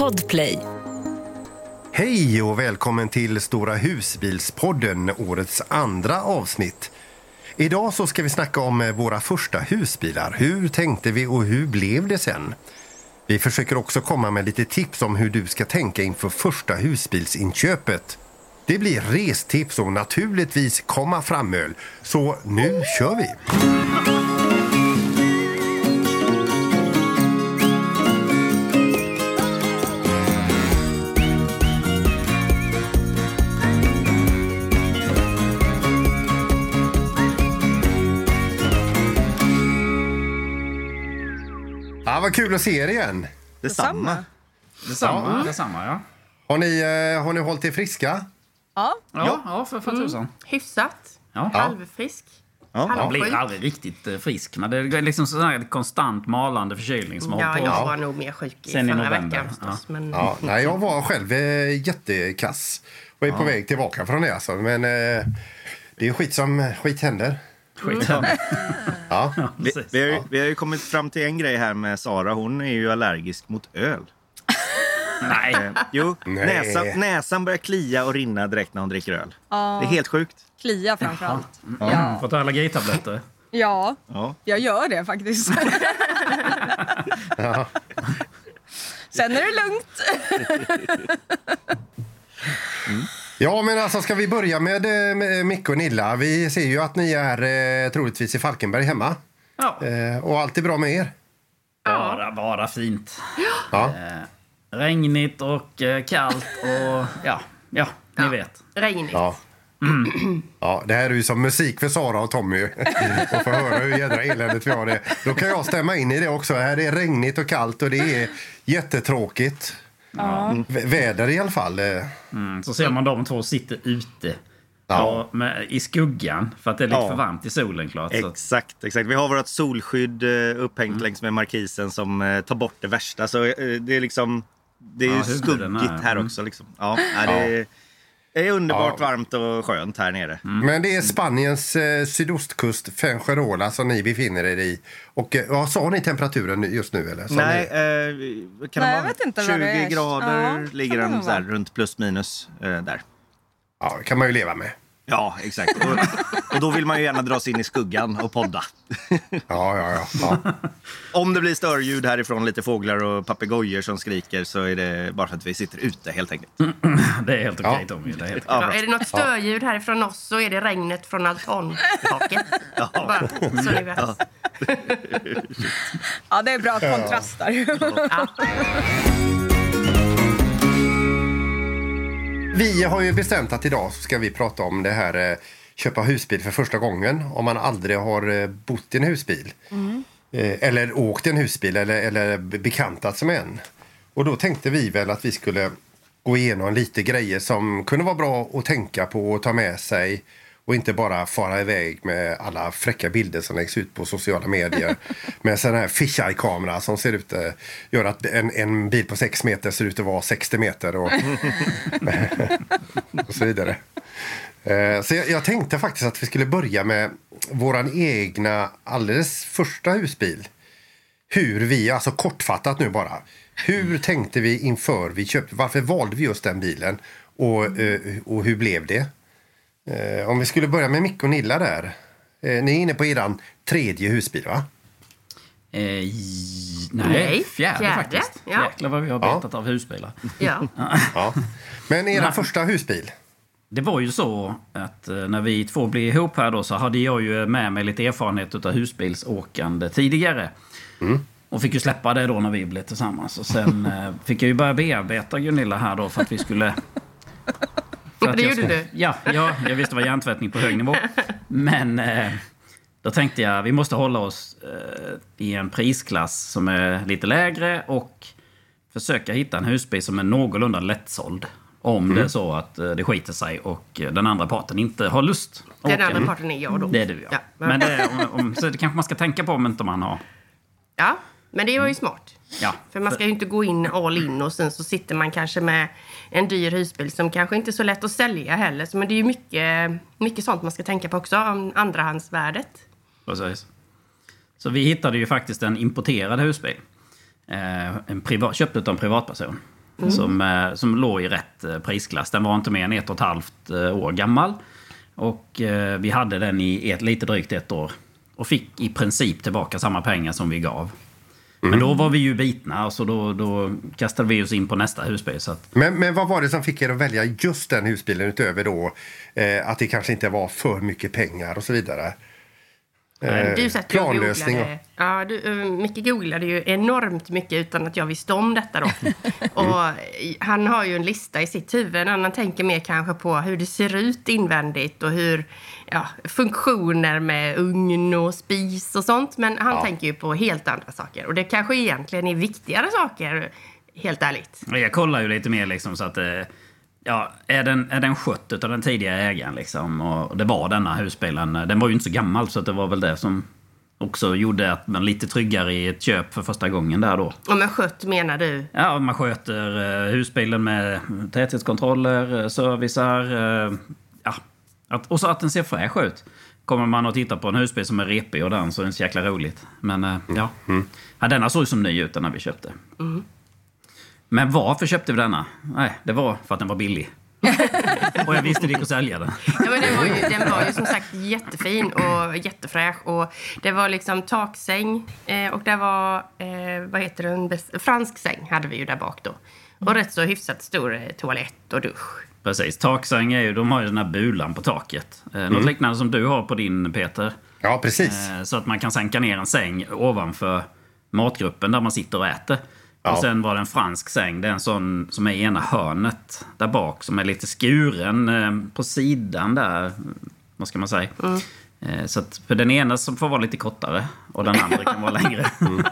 Podplay. Hej och välkommen till Stora husbilspodden, årets andra avsnitt. Idag så ska vi snacka om våra första husbilar. Hur tänkte vi och hur blev det sen? Vi försöker också komma med lite tips om hur du ska tänka inför första husbilsinköpet. Det blir restips och naturligtvis komma framöl. Så nu kör vi! Ja, vad kul att se er igen. Detsamma, ja. Har ni hållit er friska? Ja, för tusan. Hyfsat. Ja. Halvfrisk. Jag blir aldrig riktigt frisk. Men det är liksom sån här konstant malande förkylning som har hållit på. Jag var nog mer sjuk i Sen i förra november. veckan förstås. Men... Nej, jag var själv jättekass och är på väg tillbaka från det. Alltså. Men det är skit händer. Ja. Vi har ju kommit fram till en grej här med Sara. Hon är ju allergisk mot öl. Nej. Näsan börjar klia och rinna direkt när hon dricker öl. Det är helt sjukt. Klia framförallt. Ja. Får ta allergitabletter. Ja, jag gör det faktiskt. Sen är det lugnt. Ja, men alltså ska vi börja med Micke och Nilla. Vi ser ju att ni är troligtvis i Falkenberg hemma. Ja. Och allt är bra med er? Bara fint. Ja. Regnigt och kallt och ni vet. Regnigt. Ja. Ja, det här är ju som musik för Sara och Tommy. Och få höra hur jädra eländigt vi har det. Då kan jag stämma in i det också. Här är regnigt och kallt och det är jättetråkigt. Väder i alla fall. Så ser man de två sitter ute. Ja. I skuggan. För att det är lite för varmt i solen, klart. Exakt. Vi har vårt solskydd upphängt längs med markisen som tar bort det värsta. Så det är liksom... Det är ju skuggigt här också. Liksom. Det är underbart varmt och skönt här nere. Men det är Spaniens sydostkust, Fuengirola, som ni befinner er i. Och vad sa ni temperaturen just nu? Eller? Jag vet inte 20 grader ligger den så här, runt plus minus där. Ja, det kan man ju leva med. Ja, exakt. Och då vill man ju gärna dra sig in i skuggan och podda. Ja. Om det blir störljud härifrån, lite fåglar och papegojor som skriker, så är det bara för att vi sitter ute helt enkelt. Det är helt okej, Tommy. Det är helt Är det något störljud härifrån oss så är det regnet från altantaket. Bara, så ni vet. Ja, det är bra kontraster. Vi har ju bestämt att idag ska vi prata om det här köpa husbil för första gången. Om man aldrig har bott i en husbil. Eller åkt i en husbil eller bekantat som en. Och då tänkte vi väl att vi skulle gå igenom lite grejer som kunde vara bra att tänka på och ta med sig. Och inte bara fara iväg med alla fräcka bilder som läggs ut på sociala medier. Med sån här fisheye-kamera som ser ut gör att en bil på 6 meter ser ut att vara 60 meter. Och så vidare. Så jag tänkte faktiskt att vi skulle börja med våran egna alldeles första husbil. Hur vi, alltså kortfattat nu bara. Hur tänkte vi inför vi köpte? Varför valde vi just den bilen? Och hur blev det? Om vi skulle börja med Micke och Nilla där. Ni är inne på eran 3:e husbil, va? Nej, fjärde faktiskt. Ja. Jäklar vad vi har betat av husbilar. Ja. Men era första husbil? Det var ju så att när vi två blev ihop här då, så hade jag ju med mig lite erfarenhet av husbilsåkande tidigare. Och fick ju släppa det då när vi blev tillsammans. Och sen fick jag ju börja bearbeta Gunilla här då för att vi skulle... Det gjorde du? Ja, jag visste vad hjärntvättning på hög nivå. Men då tänkte jag vi måste hålla oss i en prisklass som är lite lägre och försöka hitta en husbil som är någorlunda lättsåld. Om det är så att det skiter sig och den andra parten inte har lust. Den andra parten är jag då. Det är du, ja. Men så det kanske man ska tänka på om inte man har... Ja, men det var ju smart. Ja. För man ska ju inte gå in all in och sen så sitter man kanske med en dyr husbil som kanske inte är så lätt att sälja heller. Så, men det är ju mycket sånt man ska tänka på också, om andrahandsvärdet. Precis. Så vi hittade ju faktiskt en importerad husbil. Köpt av en privatperson. som låg i rätt prisklass. Den var inte mer än 1,5 år gammal. Och vi hade den i lite drygt 1 år. Och fick i princip tillbaka samma pengar som vi gav. Men då var vi ju bitna, så då kastade vi oss in på nästa husbil. Så att... men vad var det som fick er att välja just den husbilen utöver då att det kanske inte var för mycket pengar och så vidare? Du satt ju och googlade. Ja, Micke googlade ju enormt mycket utan att jag visste om detta då. Och han har ju en lista i sitt huvud. En annan tänker mer kanske på hur det ser ut invändigt och hur funktioner med ugn och spis och sånt. Men han tänker ju på helt andra saker. Och det kanske egentligen är viktigare saker, helt ärligt. Jag kollar ju lite mer liksom så att... är den skött av den tidigare ägaren liksom, och det var denna husbilen. Den var ju inte så gammal, så att det var väl det som också gjorde att man lite tryggare i ett köp för första gången där då. Och med skött menar du? Ja, man sköter husbilen med täthetskontroller, servicer, och så att den ser fräsch ut. Kommer man att titta på en husbil som är repig och den, så är det inte så jäkla roligt. Men denna såg ju som ny ut när vi köpte. Men varför köpte vi denna? Nej, det var för att den var billig. Och jag visste det gick att sälja den. Ja, men den var ju som sagt jättefin och jättefräsch. Och det var liksom taksäng. Och det var, fransk säng hade vi ju där bak då. Och rätt så hyfsat stor toalett och dusch. Precis, taksäng de har ju den här bulan på taket. Något liknande som du har på din, Peter. Ja, precis. Så att man kan sänka ner en säng ovanför matgruppen där man sitter och äter. Och sen var det en fransk säng. Det är en sån som är i ena hörnet där bak, som är lite skuren på sidan där. Vad ska man säga? Så att för den ena som får vara lite kortare och den andra kan vara längre.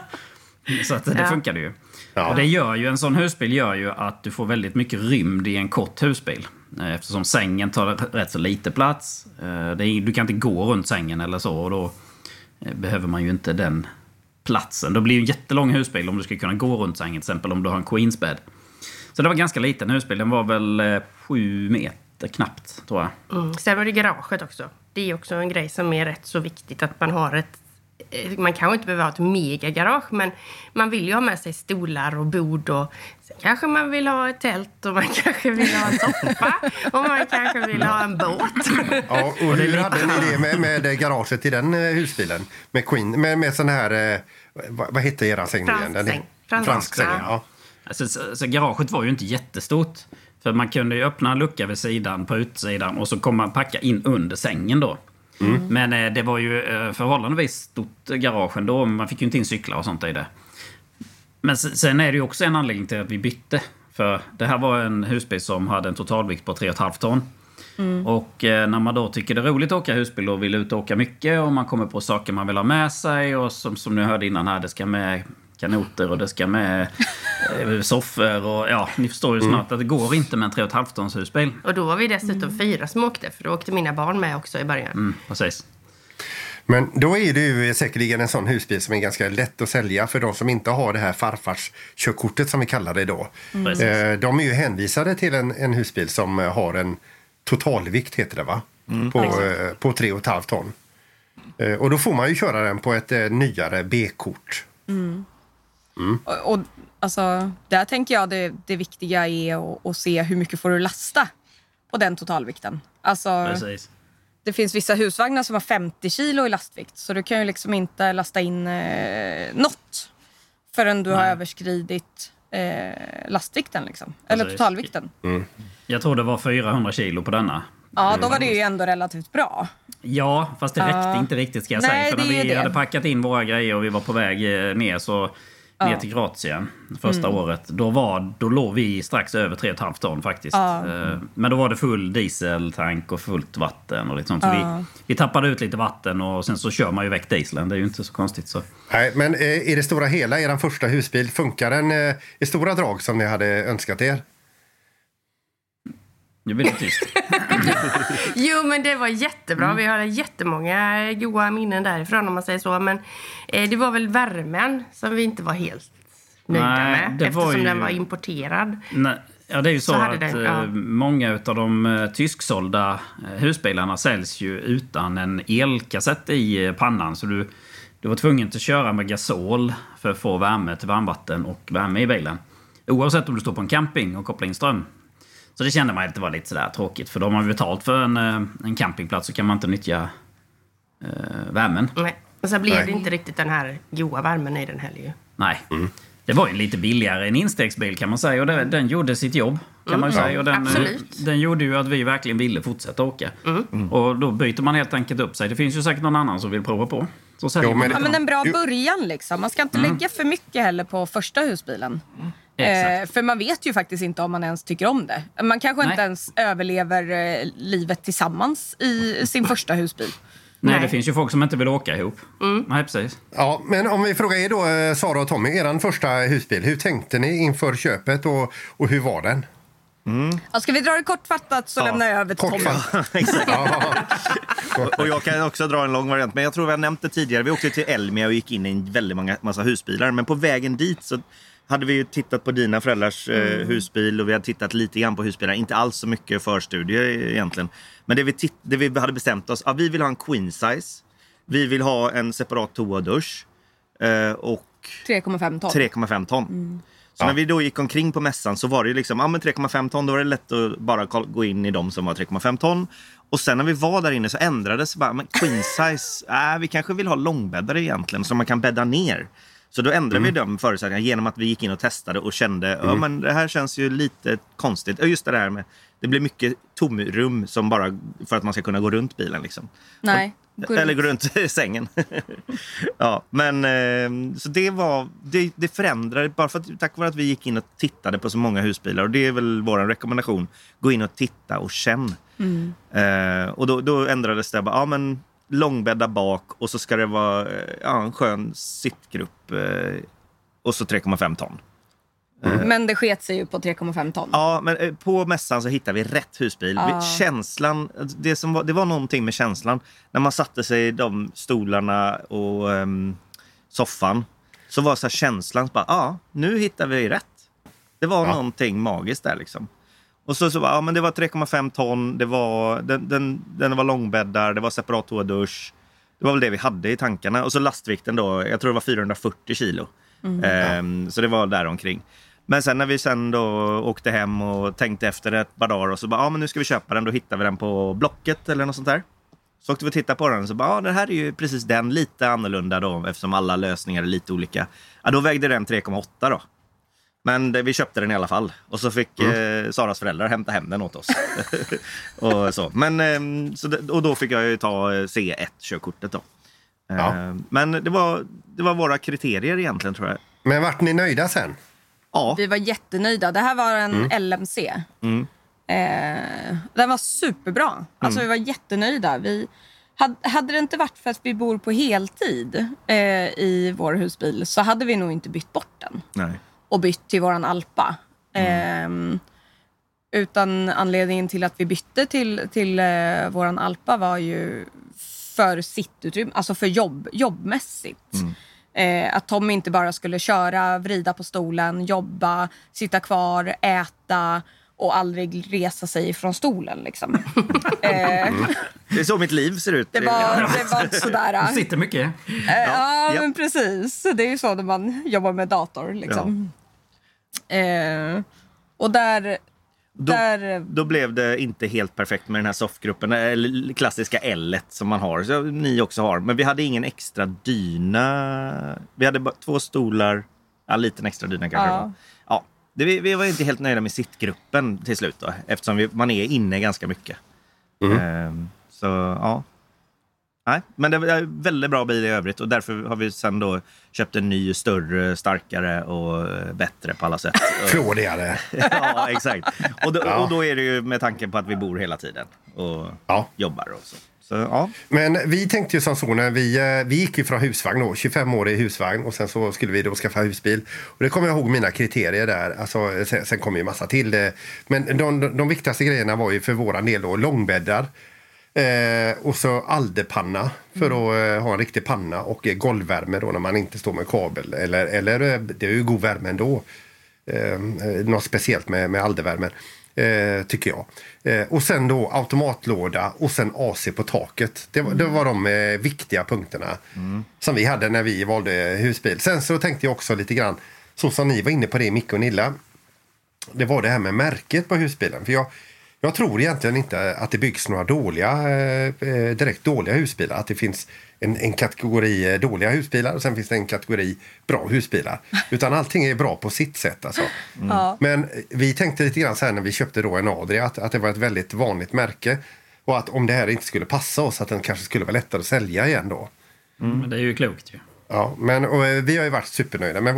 Så att det funkar ju. Ja. Och det gör ju, en sån husbil gör ju att du får väldigt mycket rymd i en kort husbil. Eftersom sängen tar rätt så lite plats. Du kan inte gå runt sängen eller så, och då behöver man ju inte den platsen. Då blir det en jättelång husbil om du ska kunna gå runt sängen, till exempel om du har en Queens bed. Så det var ganska liten husbil. Den var väl 7 meter knappt, tror jag. Sen var det garaget också. Det är också en grej som är rätt så viktigt, att man har man kanske inte behöver ha ett megagarage, men man vill ju ha med sig stolar och bord, och sen kanske man vill ha ett tält, och man kanske vill ha en soffa, och man kanske vill ha en båt. Ja, och hur hade ni det med garaget i den husbilen? Med sån här, vad heter era säng igen? Fransk säng, ja. Så garaget var ju inte jättestort. För man kunde ju öppna en lucka vid sidan på utsidan, och så kom man packa in under sängen då. Men det var ju förhållandevis stort garage ändå. Man fick ju inte in cyklar och sånt i det. Men sen är det ju också en anledning till att vi bytte. För det här var en husbil som hade en totalvikt på 3,5 ton. Och när man då tycker det är roligt att åka husbil och vill ut och åka mycket, och man kommer på saker man vill ha med sig, och som ni hörde innan här, det ska med kanoter och det ska med soffor, och ni förstår ju snart att det går inte med en 3,5 tons husbil. Och då var vi dessutom 4 som åkte, för då åkte mina barn med också i början. Precis. Men då är det ju säkerligen en sån husbil som är ganska lätt att sälja för de som inte har det här farfars körkortet som vi kallar det då. De är ju hänvisade till en husbil som har en totalvikt, heter det va? På 3,5 ton. Och då får man ju köra den på ett nyare B-kort. Och alltså, där tänker jag det viktiga är att se hur mycket får du lasta på den totalvikten. Alltså, precis. Det finns vissa husvagnar som har 50 kilo i lastvikt, så du kan ju liksom inte lasta in något förrän du har överskridit lastvikten liksom. Eller totalvikten. Jag tror det var 400 kilo på denna. Ja, då var det ju ändå relativt bra. Ja, fast det räckte inte riktigt, ska jag säga. För när vi hade packat in våra grejer och vi var på väg ner till Kroatien första året, då låg vi strax över 3,5 ton faktiskt. Men då var det full dieseltank och fullt vatten och liksom. Så vi tappade ut lite vatten, och sen så kör man ju väck dieseln. Det är ju inte så konstigt så. Nej, men i det stora hela, er första husbil, funkar den i stora drag som ni hade önskat er? Nu blir det tyst. Jo, men det var jättebra. Vi hade jättemånga goda minnen därifrån, om man säger så. Men det var väl värmen som vi inte var helt nöjda med. Eftersom den var importerad. Nej. Ja, det är ju så att många av de tysksålda husbilarna säljs ju utan en elkassett i pannan. Så du var tvungen att köra med gasol för att få värme till varmvatten och värme i bilen. Oavsett om du står på en camping och kopplar in ström. Så det kände man att det var lite sådär tråkigt. För då har man betalt för en campingplats så kan man inte nyttja värmen. Nej, och så blev det inte riktigt den här goda värmen i den heller ju. Nej. Det var ju lite billigare en instegsbil kan man säga. Och den gjorde sitt jobb kan man ju säga. Och den gjorde ju att vi verkligen ville fortsätta åka. Och då byter man helt enkelt upp sig. Det finns ju säkert någon annan som vill prova på. Men en bra början liksom. Man ska inte lägga för mycket heller på första husbilen. För man vet ju faktiskt inte om man ens tycker om det. Man kanske inte ens överlever livet tillsammans i sin första husbil. Nej, det finns ju folk som inte vill åka ihop. Nej, precis. Ja, men om vi frågar er då, Sara och Tommy, eran första husbil. Hur tänkte ni inför köpet och hur var den? Ja, ska vi dra det kortfattat så lämnar jag över till Tommy. Exakt. Och jag kan också dra en lång variant. Men jag tror vi har nämnt det tidigare. Vi åkte till Elmia och gick in i en väldigt massa husbilar. Men på vägen dit så hade vi ju tittat på dina föräldrars husbil. Och vi hade tittat lite grann på husbilar. Inte alls så mycket förstudier egentligen. Men det vi hade bestämt oss. Vi vill ha en queen size. Vi vill ha en separat toadusch. Och 3,5 ton. Så när vi då gick omkring på mässan så var det liksom, men 3,5 ton, då var det lätt att bara gå in i dem som var 3,5 ton. Och sen när vi var där inne så ändrades bara, men queen size, vi kanske vill ha långbäddare egentligen så man kan bädda ner. Så då ändrade vi de förutsättningarna genom att vi gick in och testade och kände, men det här känns ju lite konstigt. Och just det här med, det blir mycket tomrum som bara för att man ska kunna gå runt bilen liksom. Nej. Eller gå runt sängen. Ja, men så det förändrade bara för att, tack vare att vi gick in och tittade på så många husbilar. Och det är väl vår rekommendation. Gå in och titta och känn. Och då ändrades det bara, men långbädda bak och så ska det vara en skön sittgrupp och så 3,5 ton. Men det sket sig ju på 3,5 ton. Ja, men på mässan så hittade vi rätt husbil. Känslan, det var någonting med känslan. När man satte sig i de stolarna och soffan så var så här känslan bara, nu hittar vi rätt. Det var någonting magiskt där liksom. Och så bara, men det var 3,5 ton, det var den var långbäddar, det var separat toadusch. Det var väl det vi hade i tankarna. Och så lastvikten då, jag tror det var 440 kilo. Så det var där omkring. Men sen när vi sen då åkte hem och tänkte efter ett par dagar och så bara, men nu ska vi köpa den. Då hittade vi den på Blocket eller något sånt där. Så åkte vi titta på den och så bara, det här är ju precis den, lite annorlunda då. Eftersom alla lösningar är lite olika. Ja, då vägde den 3,8 då. Men vi köpte den i alla fall. Och så fick Saras föräldrar hämta hem den åt oss. Och så. Men, och då fick jag ju ta C1-körkortet då. Men det var våra kriterier egentligen, tror jag. Men vart ni nöjda sen? Ja. Vi var jättenöjda. Det här var en LMC. Den var superbra. Alltså vi var jättenöjda. Hade det inte varit för att vi bor på heltid i vår husbil så hade vi nog inte bytt bort den. Nej. Och bytt till våran Alpa. Utan anledningen till att vi bytte till våran Alpa var ju för sittutrymme, alltså för jobbmässigt. Att Tom inte bara skulle köra, vrida på stolen, jobba, sitta kvar, äta och aldrig resa sig från stolen liksom. Det är så mitt liv ser ut. Det var sådär. Du sitter mycket. Men precis. Det är ju så när man jobbar med dator liksom. Och då blev det inte helt perfekt med den här soffgruppen, eller klassiska L-et som man har, så ni också har. Men vi hade ingen extra dyna. Vi hade bara 2 stolar, liten extra dyna kanske. Vi var inte helt nöjda med sittgruppen till slut då, eftersom man är inne ganska mycket. Så ja. Nej, men det var väldigt bra bil i övrigt och därför har vi sen då köpt en ny, större, starkare och bättre på alla sätt. Flådigare. Ja, exakt. Och då är det ju med tanken på att vi bor hela tiden och jobbar och så. Så, ja. Men vi tänkte ju som så när vi gick ju från husvagn då, 25 år i husvagn och sen så skulle vi då skaffa husbil. Och det kommer jag ihåg mina kriterier där. Alltså, sen kom ju massa till det. Men de viktigaste grejerna var ju för våran del då långbäddar. Och så aldepanna för att ha en riktig panna och golvvärme då när man inte står med kabel. Eller det är ju god värme ändå. Något speciellt med aldevärmen. Tycker jag. Och sen då automatlåda och sen AC på taket. Det var de viktiga punkterna som vi hade när vi valde husbil. Sen så tänkte jag också lite grann, så som ni var inne på det, Micke och Nilla. det var det här med märket på husbilen. För jag tror egentligen inte att det byggs några direkt dåliga husbilar. Att det finns en kategori dåliga husbilar och sen finns det en kategori bra husbilar. Utan allting är bra på sitt sätt. Alltså. Men vi tänkte lite grann så här när vi köpte då en Adria att det var ett väldigt vanligt märke. Och att om det här inte skulle passa oss att den kanske skulle vara lättare att sälja igen då. Men det är ju klokt ju. Ja, vi har ju varit supernöjda med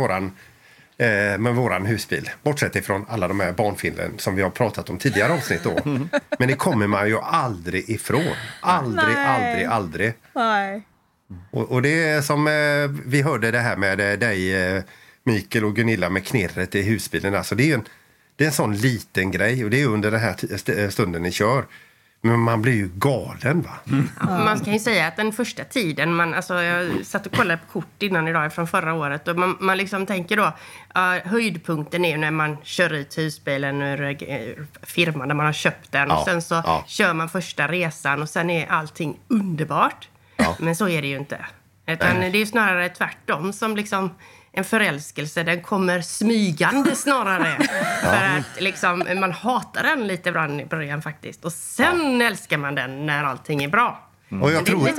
våran husbil. Bortsett ifrån alla de här barnfilmen som vi har pratat om tidigare avsnitt då. Men det kommer man ju aldrig ifrån. Aldrig. Nej. Och det är som vi hörde det här med dig, Mikael och Gunilla med knirret i husbilen. Alltså det är en sån liten grej och det är under den här stunden ni kör. Men man blir ju galen, va? Ja, man kan ju säga att den första tiden, jag satt och kollade på kort innan idag från förra året och man liksom tänker då, höjdpunkten är när man kör ut husbilen ur firman där man har köpt den och sen så kör man första resan och sen är allting underbart. Men så är det ju inte. Utan det är ju snarare tvärtom som liksom en förälskelse, den kommer smygande snarare. För att liksom, man hatar den lite i början faktiskt. Och sen älskar man den när allting är bra. Och jag tror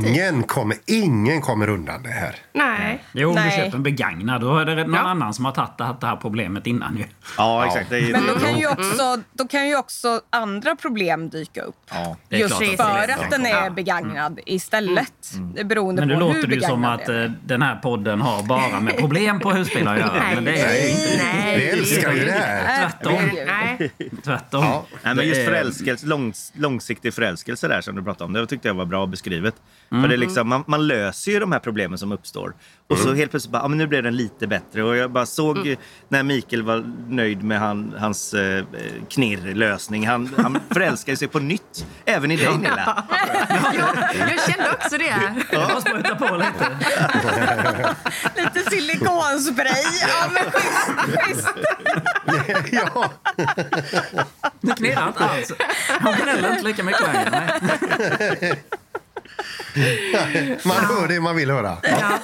ingen kommer undan det här. Nej. Jo, om du köper en begagnad, då är det någon annan som har tagit det här problemet innan ju. Ja, exakt. Men då kan ju också andra problem dyka upp. Ja, det är just klart för att den är begagnad istället. Det beroende men på nu hur låter det ju som att den här podden har bara med problem på husbilar att göra. Men det är ju inte Nej. Vi älskar ju det här. Tvärtom. Ja. Nej, men just förälskelse, långsiktig förälskelse där som du pratade om, det tyckte jag var bra beskrivet. För det är liksom, man löser ju de här problemen som uppstår. Och så helt plötsligt bara, men nu blev den lite bättre. Och jag bara såg när Mikael var nöjd med hans knirrlösning. Han förälskade sig på nytt. Även i dig, Nilla. Jag kände också det. Jag sprutar på lite. lite silikonspray. Ja, men schysst. Ja. Det knirrar inte alls. Han gnäller inte lika mycket längre. Nej. Man hör det man vill höra.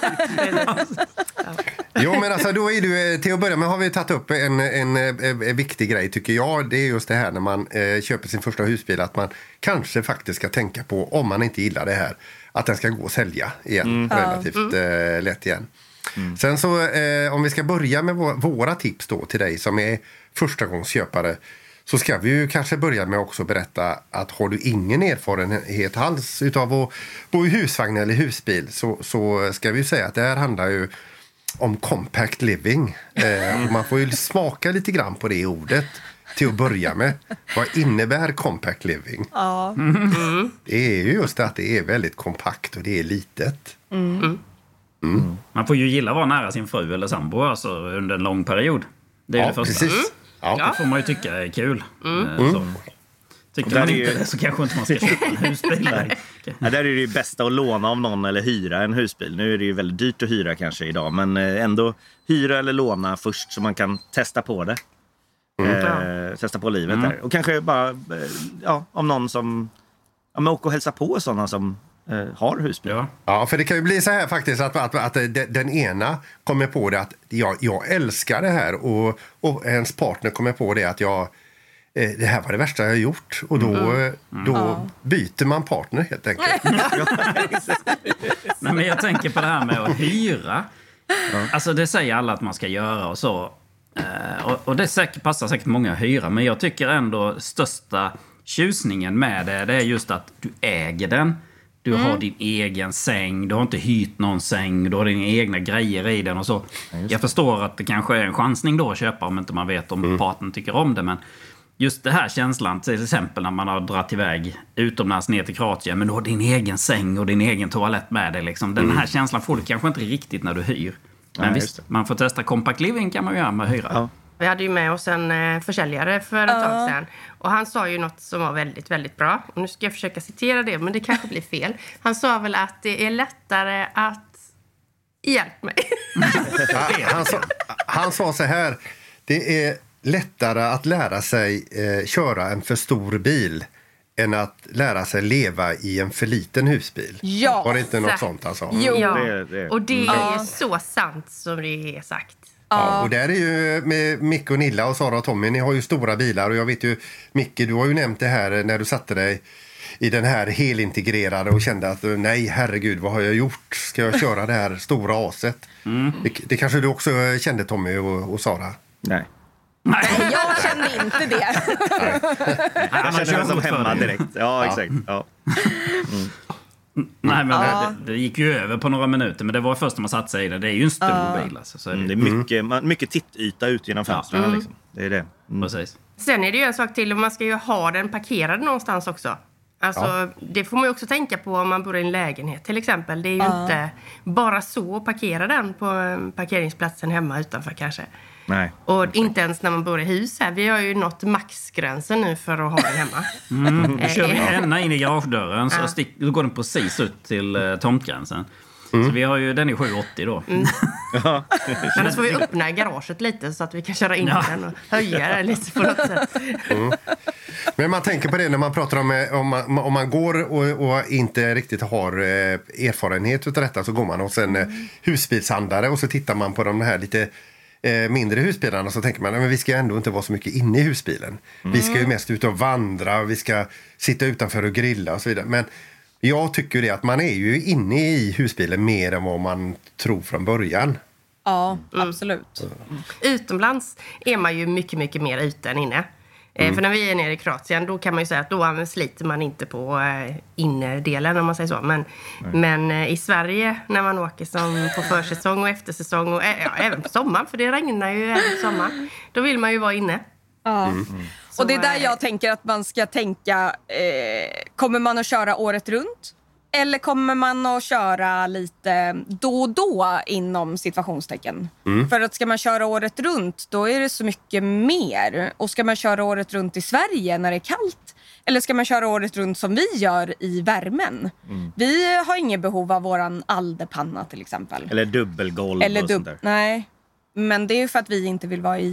Jo, men alltså då är du, till att börja med har vi tagit upp en viktig grej tycker jag. Det är just det här när man köper sin första husbil, att man kanske faktiskt ska tänka på, om man inte gillar det här, att den ska gå och sälja igen relativt lätt igen. Sen så om vi ska börja med våra tips då till dig som är förstagångsköpare, så ska vi ju kanske börja med också berätta att har du ingen erfarenhet alls utav att bo i husvagn eller husbil, så ska vi ju säga att det här handlar ju om compact living. Och man får ju smaka lite grann på det ordet till att börja med. Vad innebär compact living? Ja. Det är ju just att det är väldigt kompakt och det är litet. Man får ju gilla att vara nära sin fru eller sambo alltså, under en lång period. Det är det första. Precis. Ja. Det får man ju tycka är kul. Så. Tycker man inte det så kanske inte man ska köpa en husbil. Ja, där är det ju bästa att låna av någon eller hyra en husbil. Nu är det ju väldigt dyrt att hyra kanske idag, men ändå hyra eller låna först så man kan testa på det. Testa på livet där. Och kanske bara om någon som åker och hälsar på sådana som har husbil. Ja, för det kan ju bli så här faktiskt att den ena kommer på det att jag älskar det här och ens partner kommer på det att det här var det värsta jag har gjort. Och då byter man partner helt enkelt. Nej, men jag tänker på det här med att hyra. Alltså det säger alla att man ska göra och så. Och det passar säkert många att hyra. Men jag tycker ändå största tjusningen med det är just att du äger den. Du har din egen säng, du har inte hyrt någon säng, du har dina egna grejer i den och så. Jag förstår att det kanske är en chansning då att köpa om inte man vet om partnern tycker om det, men just det här känslan, till exempel när man har dratt iväg utomlands ner till Kroatien, men du har din egen säng och din egen toalett med dig liksom. Den här känslan får du kanske inte riktigt när du hyr. Men visst, man får testa compact living kan man ju göra med hyra. Ja. Vi hade ju med oss en försäljare för ett tag sedan. Och han sa ju något som var väldigt, väldigt bra. Och nu ska jag försöka citera det, men det kanske blir fel. Han sa väl att det är lättare att... Hjälp mig. Han sa så här: det är lättare att lära sig köra en för stor bil än att lära sig leva i en för liten husbil. Ja. Var det inte något sånt han sa? Jo. Ja. Och det är ju så sant som det är sagt. Ja, och där är ju med Micke och Nilla och Sara och Tommy, ni har ju stora bilar och jag vet ju, Micke, du har ju nämnt det här när du satte dig i den här helintegrerade och kände att nej, herregud, vad har jag gjort? Ska jag köra det här stora aset? Det kanske du också kände, Tommy och Sara? Nej. Nej, jag kände inte det. Jag kände mig som hemma direkt. Ja, exakt. Ja. Nej, men det gick ju över på några minuter, men det var först när man satte sig i det. Det är ju en stor bil. Alltså, så är det är mycket tittyta ut genom fönstren. Liksom. Det är det. Precis. Sen är det ju en sak till, man ska ju ha den parkerad någonstans också. Alltså, det får man ju också tänka på om man bor i en lägenhet till exempel. Det är ju inte bara så att parkera den på parkeringsplatsen hemma utanför kanske. Nej. Och inte ens när man bor i hus här. Vi har ju nått maxgränsen nu för att ha den hemma. Då kör vi ända in i garagedörren så då går den precis ut till tomtgränsen. Så vi har ju den i 780 då. Annars får vi öppna garaget lite så att vi kan köra in den och höja den lite på något sätt. Men man tänker på det när man pratar om man går och inte riktigt har erfarenhet av detta, så går man hos en husbilshandlare och så tittar man på de här lite mindre husbilarna, så tänker man, men vi ska ändå inte vara så mycket inne i husbilen. Vi ska ju mest ut och vandra, vi ska sitta utanför och grilla och så vidare. Men jag tycker det att man är ju inne i husbilen mer än vad man tror från början. Ja, absolut. Utomlands är man ju mycket, mycket mer ute än inne. För när vi är nere i Kroatien, då kan man ju säga att då sliter man inte på innerdelen, om man säger så. Men i Sverige, när man åker som på försäsong och eftersäsong och även på sommaren, för det regnar ju även på sommaren, då vill man ju vara inne. Ja. Och det är där jag tänker att man ska tänka, kommer man att köra året runt? Eller kommer man att köra lite då och då inom situationstecken? För att ska man köra året runt, då är det så mycket mer. Och ska man köra året runt i Sverige när det är kallt? Eller ska man köra året runt som vi gör i värmen? Vi har inget behov av våran aldepanna till exempel. Eller dubbelgolv eller och sånt där. Nej, men det är ju för att vi inte vill vara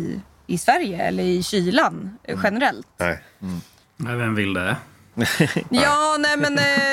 i Sverige eller i kylan generellt. Nej. Vem vill det? Ja, nej men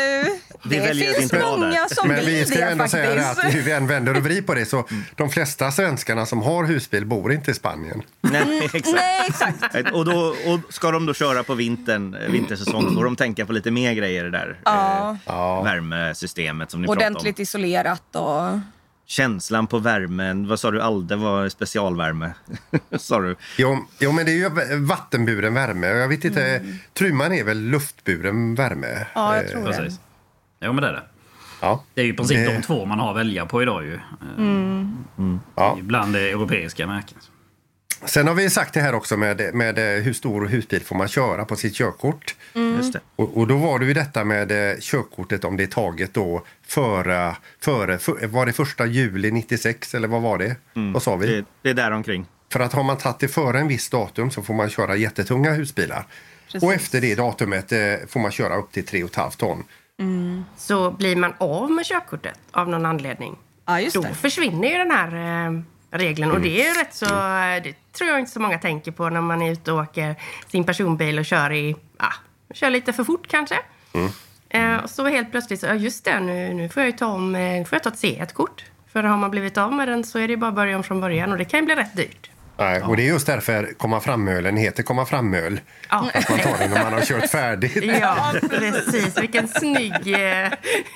det finns många som men vill vi ska det ändå faktiskt. säga att hur vi än vänder och vrider på det, så de flesta svenskarna som har husbil bor inte i Spanien. Nej, exakt. Nej, exakt. Och ska de då köra på vintersäsong, får de tänka på lite mer grejer där. Värmesystemet som ni pratar om. Ordentligt isolerat och... Känslan på värmen, vad sa du, Alde var specialvärme? Sa du? Jo, men det är ju vattenburen värme. Jag vet inte, Trumman är väl luftburen värme? Ja, jag tror det. Precis. Jo, men det är det. Ja. Det är ju i princip de två man har att välja på idag ju. Bland det europeiska märken. Sen har vi sagt det här också med hur stor husbil får man köra på sitt körkort. Just det. Och då var det ju detta med körkortet, om det är taget då före var det 1 juli 96 eller vad var det? Vad sa vi? Det är där omkring. För att har man tagit det före en viss datum så får man köra jättetunga husbilar. Precis. Och efter det datumet får man köra upp till 3,5 ton. Så blir man av med körkortet av någon anledning, då försvinner ju den här regeln. Och det är ju rätt så, det tror jag inte så många tänker på när man är ute och åker sin personbil och kör lite för fort kanske. Och så helt plötsligt så, just det, nu får jag ta ett C1-kort. För har man blivit av med den så är det bara början från början, och det kan ju bli rätt dyrt. Nej, och det är just därför komma fram-ölen heter komma fram-öl. Ja. Att man tar den när man har kört färdigt. Ja, precis. Vilken snygg grej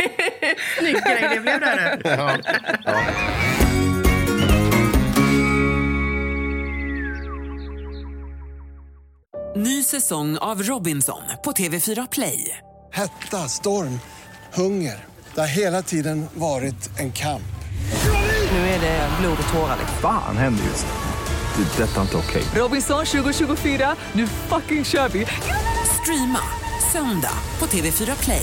det blev där. Ja. Ny säsong av Robinson på TV4 Play. Hetta, storm, hunger. Det har hela tiden varit en kamp. Nu är det blod och tårar. Fan händer just det. Det är detta inte okej. Robinson 2024, nu fucking kör vi. Streama söndag på TV4 Play.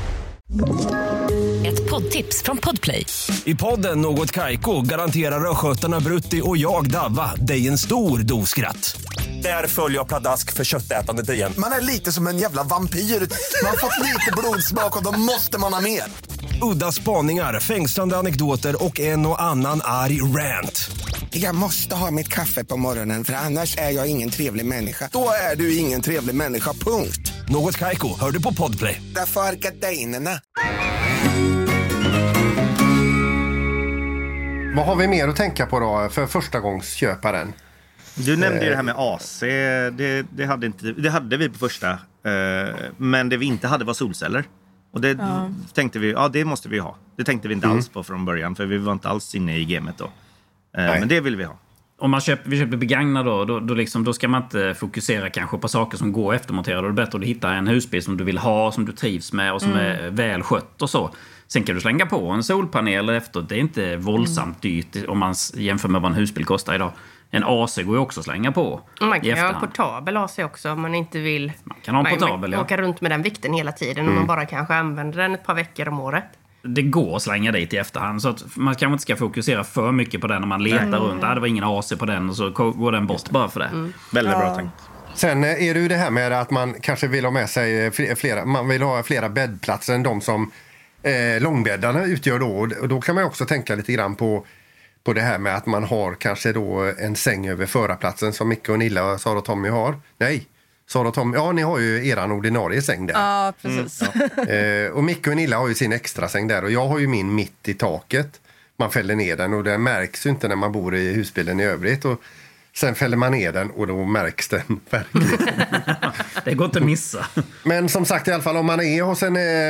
Ett poddtips från Podplay. I podden Något Kaiko garanterar röskötarna Brutti och jag Davva dig en stor doskratt. Där följer jag pladask för köttätandet igen. Man är lite som en jävla vampyr. Man har fått lite blodsmak och då måste man ha mer. Udda spaningar, fängslande anekdoter och en och annan arg rant. Jag måste ha mitt kaffe på morgonen, för annars är jag ingen trevlig människa. Då är du ingen trevlig människa, punkt. Något Kaiko, hör du på Podplay. Därför är gardinerna. Vad har vi mer att tänka på då för förstagångsköparen? Du nämnde ju det här med AC. Det hade vi på första. Men det vi inte hade var solceller. Och det tänkte vi, det måste vi ha. Det tänkte vi inte alls på från början. För vi var inte alls inne i gamet då. Men det vill vi ha. Om vi köper begagnad då ska man inte fokusera kanske på saker som går eftermonterade. Då är det bättre att hitta en husbil som du vill ha, som du trivs med och som är välskött och så. Sen kan du slänga på en solpanel efter. Det är inte våldsamt dyrt om man jämför med vad en husbil kostar idag. En AC går ju också att slänga på. Man kan ha en portabel AC också om man inte vill. Man kan ha en portabel, åka runt med den vikten hela tiden och man bara kanske använder den ett par veckor om året. Det går att slänga dit i efterhand. Så att man kanske inte ska fokusera för mycket på den när man letar runt. Det var ingen AC på den och så går den bort bara för det. Väldigt bra tänkt. Sen är det ju det här med att man kanske vill ha med sig man vill ha flera bäddplatser än de som långbäddarna utgör då. Och då kan man också tänka lite grann på det här med att man har kanske då en säng över förarplatsen som Micke och Nilla och Sara och Tommy har. Nej, Sara och Tommy, ni har ju eran ordinarie säng där. Ja, precis. Och Micke och Nilla har ju sin extra säng där och jag har ju min mitt i taket. Man fäller ner den och det märks ju inte när man bor i husbilen i övrigt och sen fäller man ner den och då märks den verkligen. Det går inte att missa. Men som sagt i alla fall om man är hos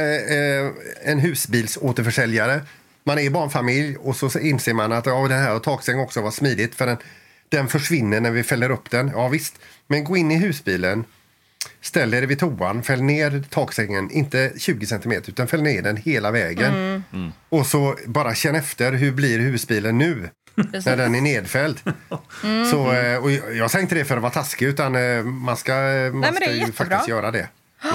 en husbilsåterförsäljare, man är barnfamilj och så inser man att det här taksäng också var smidigt för den försvinner när vi fäller upp den. Ja visst, men gå in i husbilen, ställ er vid toan, fäll ner taksängen, inte 20 cm utan fäll ner den hela vägen. Och så bara känn efter, hur blir husbilen nu? När den är nedfälld. Så, och jag säger inte det för att vara taskig utan man måste ju faktiskt göra det.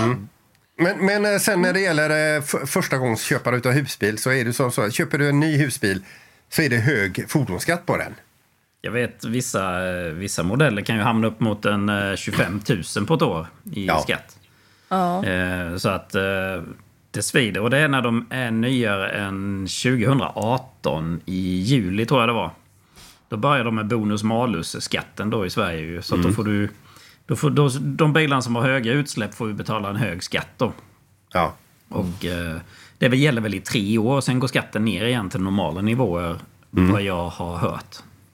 Men sen när det gäller första gångs köpare utav husbil så är det så att köper du en ny husbil så är det hög fordonsskatt på den. Jag vet vissa modeller kan ju hamna upp mot en 25 000 på ett år i skatt. Ja. Så att det svider. Och det är när de är nyare än 2018 i juli tror jag det var. Då börjar de med bonus-malus-skatten då i Sverige. Så att då får de bilarna som har höga utsläpp får ju betala en hög skatt då. Ja. Och det gäller väl i 3 år. Sen går skatten ner igen till normala nivåer vad jag har hört.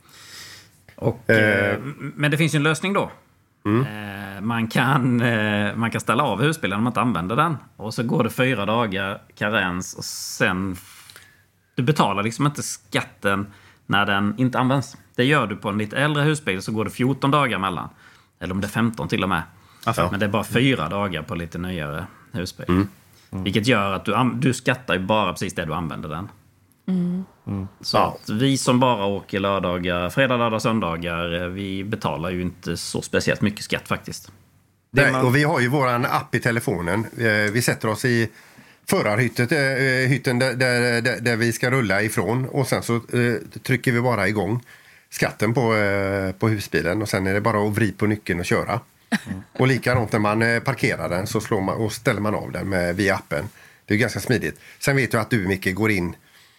Och, men det finns ju en lösning då. Man kan ställa av husbilen om man inte använder den. Och så går det 4 dagar karens och sen du betalar liksom inte skatten när den inte används. Det gör du på en lite äldre husbil så går det 14 dagar mellan. Eller om det är 15 till och med. Men det är bara 4 dagar på lite nyare husbil. Vilket gör att du skattar ju bara precis det du använder den. Så att vi som bara åker lördagar, fredag, lördag, söndagar, vi betalar ju inte så speciellt mycket skatt faktiskt. Nej, och vi har ju våran app i telefonen. Vi sätter oss i förarhytten där vi ska rulla ifrån och sen så trycker vi bara igång skatten på husbilen och sen är det bara att vrida på nyckeln och köra. Och likadant när man parkerar den så slår man och ställer man av den via appen. Det är ganska smidigt. Sen vet jag att du Micke går in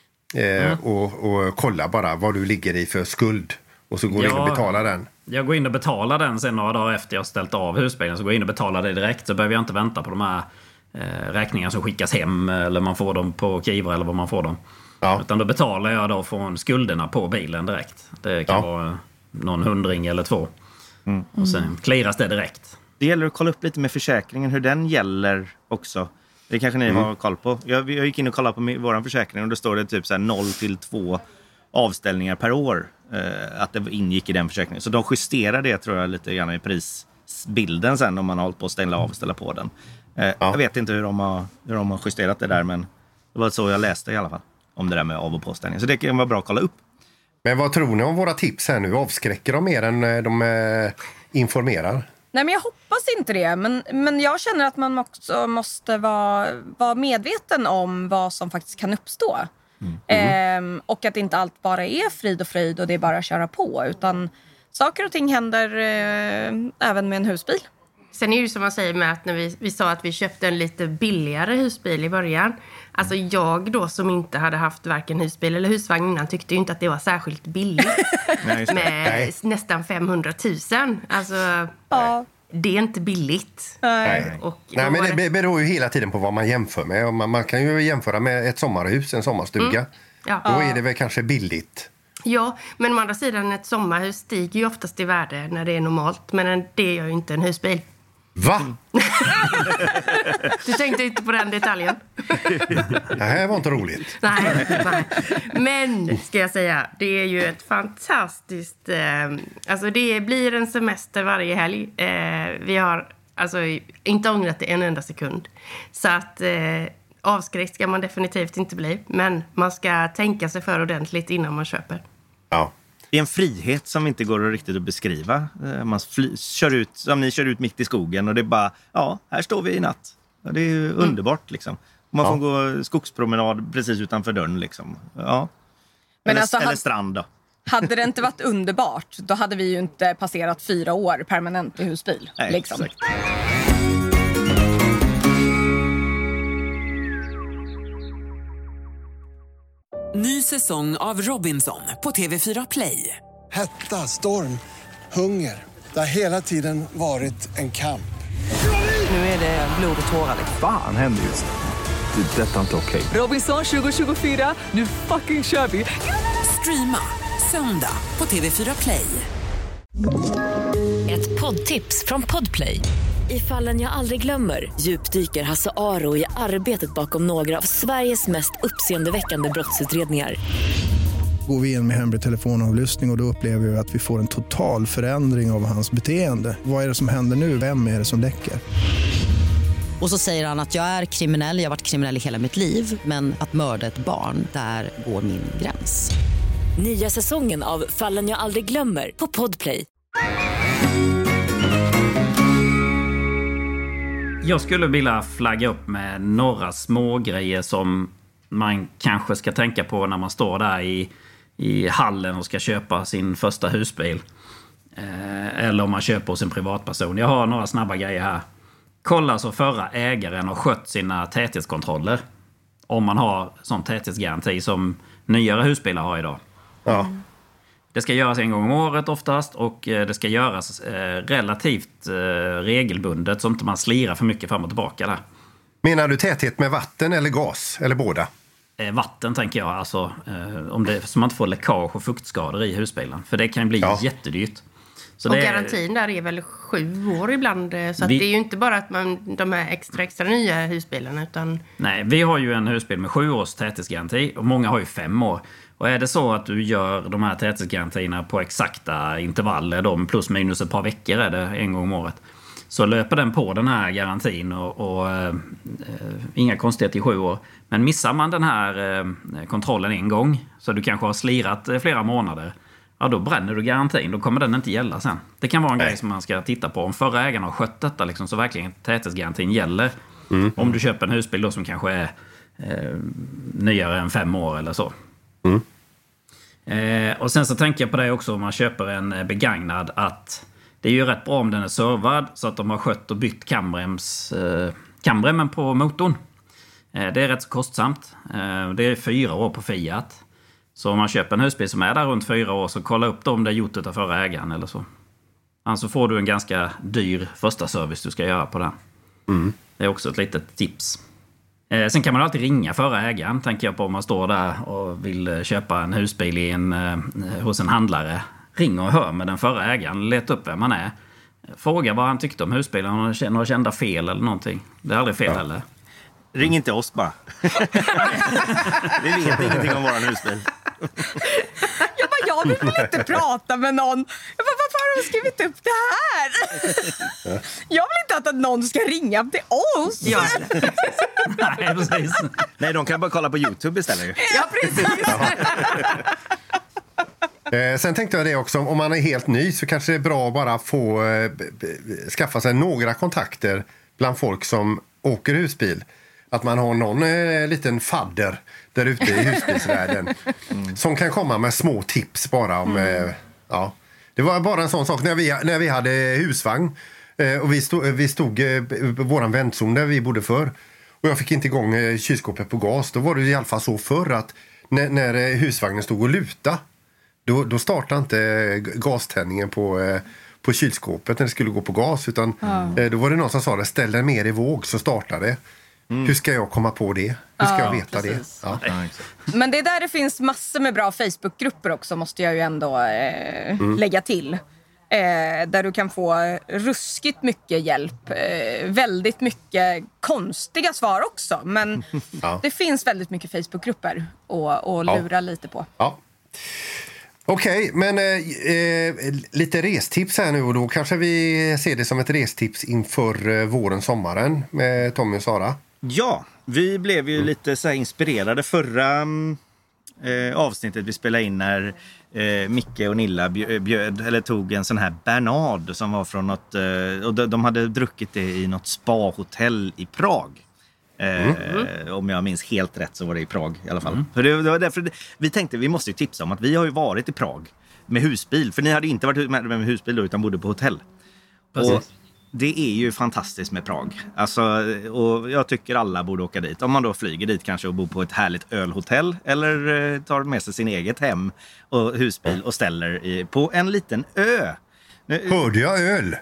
och kollar bara vad du ligger i för skuld och så går du in och betalar den. Jag går in och betalar den sen några dagar efter jag ställt av husbilen, så går jag in och betalar det direkt, så behöver jag inte vänta på de här räkningarna som skickas hem eller man får dem på Kivra eller vad man får dem. Utan då betalar jag då från skulderna på bilen direkt. Det kan vara någon 100 eller 2. Och sen clearas det direkt. Det gäller att kolla upp lite med försäkringen hur den gäller också. Det kanske ni har koll på. Jag gick in och kollade på vår försäkring och då står det typ så här 0-2 avställningar per år att det ingick i den försäkringen. Så de justerar det tror jag lite grann i prisbilden sen om man har hållit på att ställa av och ställa på den. Jag vet inte hur de har justerat det där, men det var så jag läste i alla fall om det där med av- och påställning. Så det kan vara bra att kolla upp. Men vad tror ni om våra tips här nu? Avskräcker de mer än de informerar? Nej, men jag hoppas inte det. Men jag känner att man också måste vara medveten om vad som faktiskt kan uppstå. Och att inte allt bara är frid och fröjd och det är bara att köra på. Utan saker och ting händer även med en husbil. Sen är det ju som man säger med att när vi sa att vi köpte en lite billigare husbil i början. Alltså jag då som inte hade haft varken husbil eller husvagn innan tyckte ju inte att det var särskilt billigt. Med nästan 500 000. Alltså det är inte billigt. Nej. Nej, men det beror ju hela tiden på vad man jämför med. Man kan ju jämföra med ett sommarhus, en sommarstuga. Då är det väl kanske billigt. Ja, men å andra sidan ett sommarhus stiger ju oftast i värde när det är normalt. Men det gör ju inte en husbil. Va? Du tänkte inte på den detaljen? Det här var inte roligt. Nej. Men, ska jag säga, det är ju ett fantastiskt... alltså det blir en semester varje helg. Vi har alltså inte ångrat det en enda sekund. Så att avskräckt ska man definitivt inte bli. Men man ska tänka sig för ordentligt innan man köper. Ja. Det är en frihet som inte går riktigt att beskriva. Man kör ut mitt i skogen och det är bara, ja, här står vi i natt. Ja, det är ju underbart liksom. Man får gå skogspromenad precis utanför dörren liksom. Ja. Men eller strand då. Hade det inte varit underbart, då hade vi ju inte passerat 4 år permanent i husbil. Nej, liksom. Exakt. Ny säsong av Robinson på TV4 Play. Hetta, storm, hunger. Det har hela tiden varit en kamp. Nu är det blod och tårar. Fan händer just det. Detta är inte okej. Robinson 2024, nu fucking kör vi. Streama söndag på TV4 Play. Ett poddtips från Podplay. I Fallen jag aldrig glömmer djupdyker Hasse Aro i arbetet bakom några av Sveriges mest uppseendeväckande brottsutredningar. Går vi in med hemlig telefonavlyssning och då upplever vi att vi får en total förändring av hans beteende. Vad är det som händer nu? Vem är det som läcker? Och så säger han att jag är kriminell, jag har varit kriminell i hela mitt liv. Men att mörda ett barn, där går min gräns. Nya säsongen av Fallen jag aldrig glömmer på Podplay. Jag skulle vilja flagga upp med några små grejer som man kanske ska tänka på när man står där i hallen och ska köpa sin första husbil. Eller om man köper hos en privatperson. Jag har några snabba grejer här. Kolla så förra ägaren har skött sina täthetskontroller. Om man har sån täthetsgaranti som nyare husbilar har idag. Ja. Det ska göras en gång om året oftast och det ska göras relativt regelbundet så inte man slirar för mycket fram och tillbaka där. Menar du täthet med vatten eller gas? Eller båda? Vatten tänker jag, alltså, så man inte får läckage och fuktskador i husbilen. För det kan bli jättedyrt. Så och garantin där är väl 7 år ibland. Så att det är ju inte bara att de här extra nya husbilarna utan... Nej, vi har ju en husbil med 7 års täthetsgaranti och många har ju 5 år. Och är det så att du gör de här täthetsgarantierna på exakta intervaller, de plus minus ett par veckor är det en gång om året, så löper den på den här garantin och inga konstigheter i 7 år. Men missar man den här kontrollen en gång, så du kanske har slirat flera månader, ja då bränner du garantin, då kommer den inte gälla sen. Det kan vara en grej som man ska titta på. Om förra ägaren har skött detta liksom, så verkligen täthetsgarantin gäller. Om du köper en husbil då som kanske är nyare än 5 år eller så. Och sen så tänker jag på det också om man köper en begagnad, att det är ju rätt bra om den är servad så att de har skött och bytt kamremmen på motorn. Det är rätt så kostsamt. Det är 4 år på Fiat. Så om man köper en husbil som är där runt 4 år, så kolla upp om det är gjort av förra ägaren eller så. Annars så får du en ganska dyr första service du ska göra på den. Det är också ett litet tips. Sen kan man alltid ringa förra ägaren, tänker jag på, om man står där och vill köpa en husbil hos en handlare. Ring och hör med den förra ägaren, leta upp vem man är. Fråga vad han tyckte om husbilen, om han har några kända fel eller någonting. Det är aldrig fel heller. Ring inte oss bara. Vi vet ingenting om våran husbil. Jag vill väl inte prata med någon. Varför har de skrivit upp det här? Jag vill inte att någon ska ringa till oss. Ja. Nej, precis. Nej, de kan bara kolla på YouTube istället. Ja, precis. Sen tänkte jag det också, om man är helt ny så kanske det är bra att bara få skaffa sig några kontakter bland folk som åker husbil. Att man har någon liten fadder där ute i husbilsvärlden som kan komma med små tips bara om... Det var bara en sån sak när vi hade husvagn och vi stod våran väntzon där vi bodde för. Och jag fick inte igång kylskåpet på gas. Då var det i alla fall så förr att när husvagnen stod och luta, då startade inte gaständningen på kylskåpet när det skulle gå på gas, utan då var det någon som sa det, ställ den mer i våg så startar det. Hur ska jag komma på det? Hur ska jag veta precis. det? Ja. Men det är där det finns massor med bra Facebookgrupper också, måste jag ju ändå lägga till. Där du kan få ruskigt mycket hjälp. Väldigt mycket konstiga svar också. Men det finns väldigt mycket Facebookgrupper att lura lite på. Ja. Okej, men lite restips här nu, och då kanske vi ser det som ett restips inför våren, sommaren med Tommy och Sara. Ja, vi blev ju lite så här inspirerade förra avsnittet vi spelade in när Micke och Nilla tog en sån här Bernard som var från något, och de hade druckit det i något spa-hotell i Prag. Om jag minns helt rätt så var det i Prag i alla fall. För det var därför vi tänkte vi måste ju tipsa om att vi har ju varit i Prag med husbil. För ni hade inte varit med husbil då, utan bodde på hotell. Precis. Och det är ju fantastiskt med Prag. Alltså, och jag tycker alla borde åka dit. Om man då flyger dit kanske och bor på ett härligt ölhotell. Eller tar med sig sin eget hem och husbil och ställer på en liten ö. Hörde jag öl?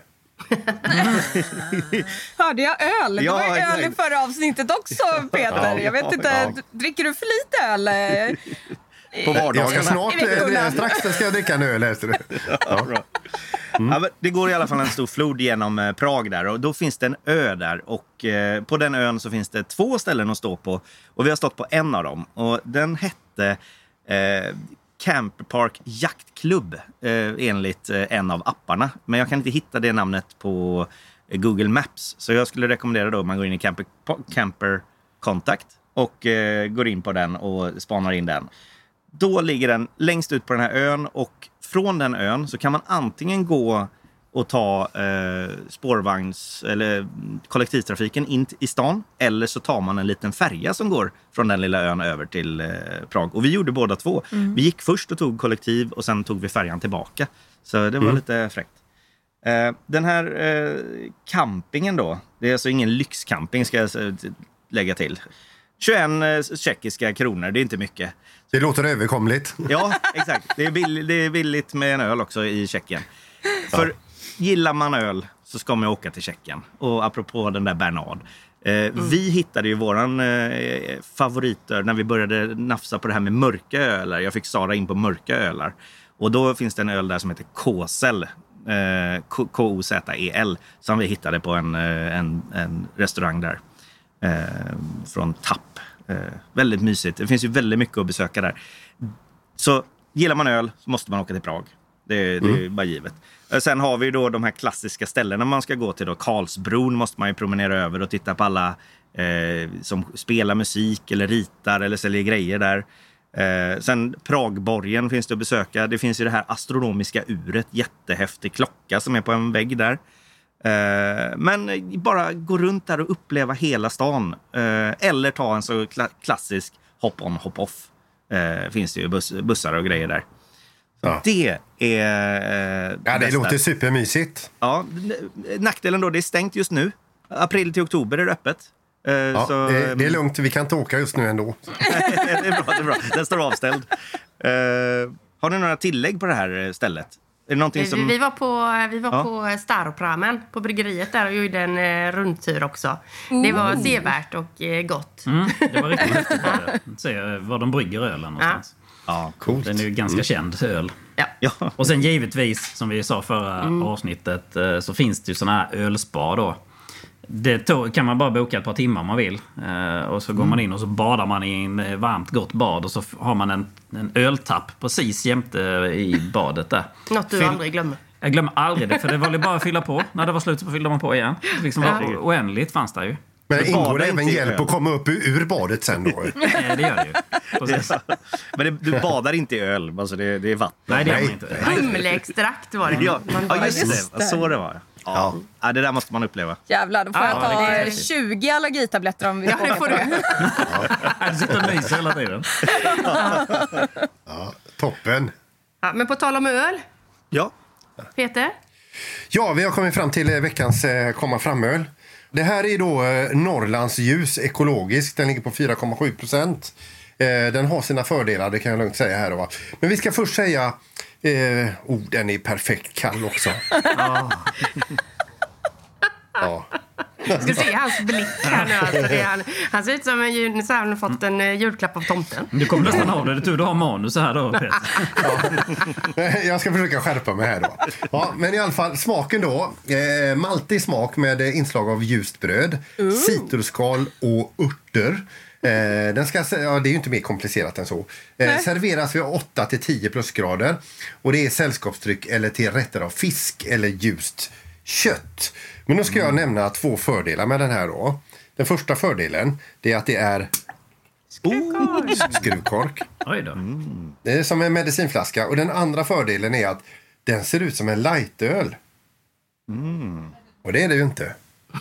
Hörde jag öl? Det var ju öl i förra avsnittet också, Peter. Jag vet inte, dricker du för lite öl? På vardagen. Jag ska snart, strax ska jag dricka en öl efter det. Ja, bra. Ja, men det går i alla fall en stor flod genom Prag där, och då finns det en ö där, och på den ön så finns det 2 ställen att stå på, och vi har stått på en av dem, och den hette Camper Park Jaktklubb enligt en av apparna, men jag kan inte hitta det namnet på Google Maps, så jag skulle rekommendera då att man går in i Camper Contact och går in på den och spanar in den. Då ligger den längst ut på den här ön, och från den ön så kan man antingen gå och ta spårvagns eller kollektivtrafiken in i stan, eller så tar man en liten färja som går från den lilla ön över till Prag. Och vi gjorde båda två. Vi gick först och tog kollektiv, och sen tog vi färjan tillbaka. Så det var lite fräckt. Den här campingen då, det är alltså ingen lyxcamping ska jag lägga till. 21 tjeckiska kronor, det är inte mycket. Det låter överkomligt. Ja, exakt. Det är billigt med en öl också i Tjeckien. För gillar man öl så ska man åka till Tjeckien. Och apropå den där Bernard. Vi hittade ju våran favoriter när vi började nafsa på det här med mörka ölar. Jag fick Sara in på mörka ölar. Och då finns det en öl där som heter Kosel. Kozel. Som vi hittade på en restaurang där. Från Tapp. Väldigt mysigt. Det finns ju väldigt mycket att besöka där. Så gillar man öl så måste man åka till Prag. Det är bara givet. Sen har vi då de här klassiska ställena man ska gå till då. Karlsbron måste man ju promenera över och titta på alla som spelar musik eller ritar eller säljer grejer där. Sen Pragborgen finns det att besöka. Det finns ju det här astronomiska uret, jättehäftig klocka som är på en vägg där. Men bara gå runt där och uppleva hela stan. Eller ta en så klassisk hop-on, hop-off. Finns det ju bussar och grejer där. Ja. Det är det låter supermysigt. Ja, nackdelen då, det är stängt just nu. April till oktober är det öppet. Så, det är lugnt, vi kan inte åka just nu ändå. det är bra. Den står avställd. Har ni några tillägg på det här stället? Är det som... Vi var på Staropramen på bryggeriet där och gjorde en rundtur också. Det var sevärt och gott. Det var riktigt häftigt att se var de brygger ölen någonstans. Ja, coolt. Den är ju ganska känd öl. Ja. Och sen givetvis, som vi sa förra avsnittet, så finns det ju såna här ölspa då. Det kan man bara boka ett par timmar om man vill. Och så går man in och så badar man i en varmt gott bad. Och så har man en öltapp precis jämte i badet där. Något du aldrig glömmer. Jag glömmer aldrig det, för det var bara att fylla på. När det var slut så fyllde man på igen. Det liksom var oändligt fanns det ju. Men ingår det även hjälp att komma upp ur badet sen då? Nej, det gör det ju. Precis. Men du badar inte i öl, alltså det är vatten. Nej, det gör man inte. Humleextrakt var det. Ja, just det. Så det var. Ja, det där måste man uppleva. Jävlar, då får jag ta 20 allergitabletter om vi får. Ja, det får du. Du sitter och myser hela tiden. Ja, toppen. Ja, men på tal om öl. Ja. Peter? Ja, vi har kommit fram till veckans komma framöl. Det här är då Norrlands ljus ekologisk. Den ligger på 4,7%. Den har sina fördelar, det kan jag lugnt säga här då. Men vi ska först säga den är perfekt kall också. Ja. ska se hans blick här nu. Alltså han ser ut som så han har fått en julklapp av tomten. Du kommer nästan av det. Du har manus här då, Peter. Jag ska försöka skärpa mig här då. Ja, men i alla fall, smaken då. Maltig smak med inslag av ljust bröd, citrusskal och örter. Den ska, det är ju inte mer komplicerat än så. Serveras vid 8-10 plusgrader. Och det är sällskapstryck eller till rätter av fisk eller ljust kött. Men nu ska jag nämna 2 fördelar med den här då. Den första fördelen, det är att det är skruvkork. Oj då. Det är som en medicinflaska. Och den andra fördelen är att den ser ut som en lightöl. Och det är det ju inte.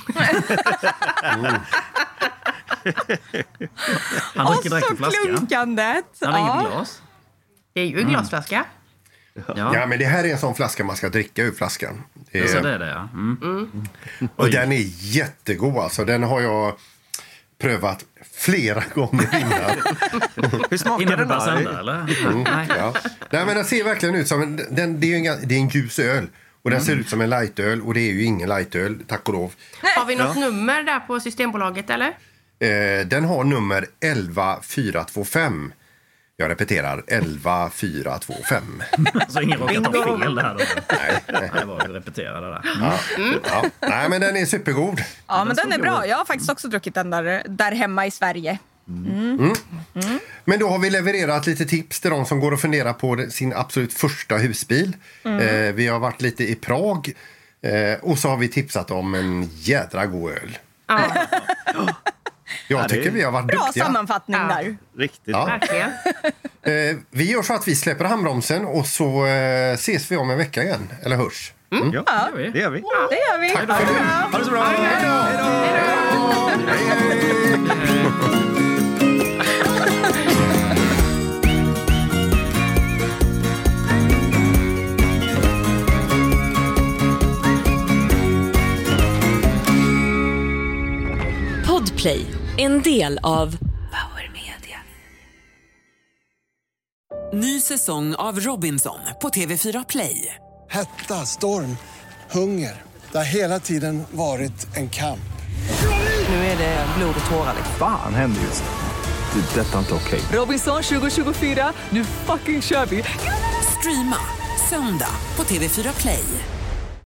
Han dricker direkt en flaska. Klunkandet. Han har inget glas. Det är ju en glasflaska. Ja, men det här är en sån flaska man ska dricka ur flaskan. Det är det, ja. Och den är jättegod alltså. Den har jag prövat flera gånger innan. Hur smakar den då? Eller? Ja. Nej, men den ser verkligen ut som det är en ljus öl. Och den ser ut som en lightöl. Och det är ju ingen lightöl, tack och lov. Har vi något nummer där på Systembolaget, eller? Den har nummer 11425. Jag repeterar, 11425. Så ingen råkar ta fel där då? Nej. Det var repeterade där. Ja. Nej, men den är supergod. Ja, men den är bra. Jag har faktiskt också druckit den där hemma i Sverige. Men då har vi levererat lite tips till de som går och funderar på sin absolut första husbil. Vi har varit lite i Prag. Och så har vi tipsat om en jädra god öl. Jag tycker vi har varit bra duktiga. Sammanfattning där. Riktigt. Verkligen. Vi gör så att vi släpper handbromsen och så ses vi om en vecka igen. Eller hörs. Ja, det gör vi. Det gör vi. Tack för det. Ha det så bra. Hej då. Podplay, en del av Power Media. Ny säsong av Robinson på TV4 Play. Hetta, storm, hunger. Det har hela tiden varit en kamp. Nu är det blod och tårar. Fan händer just det. Detta är inte okej. Robinson 2024, nu fucking kör vi. Streama söndag på TV4 Play.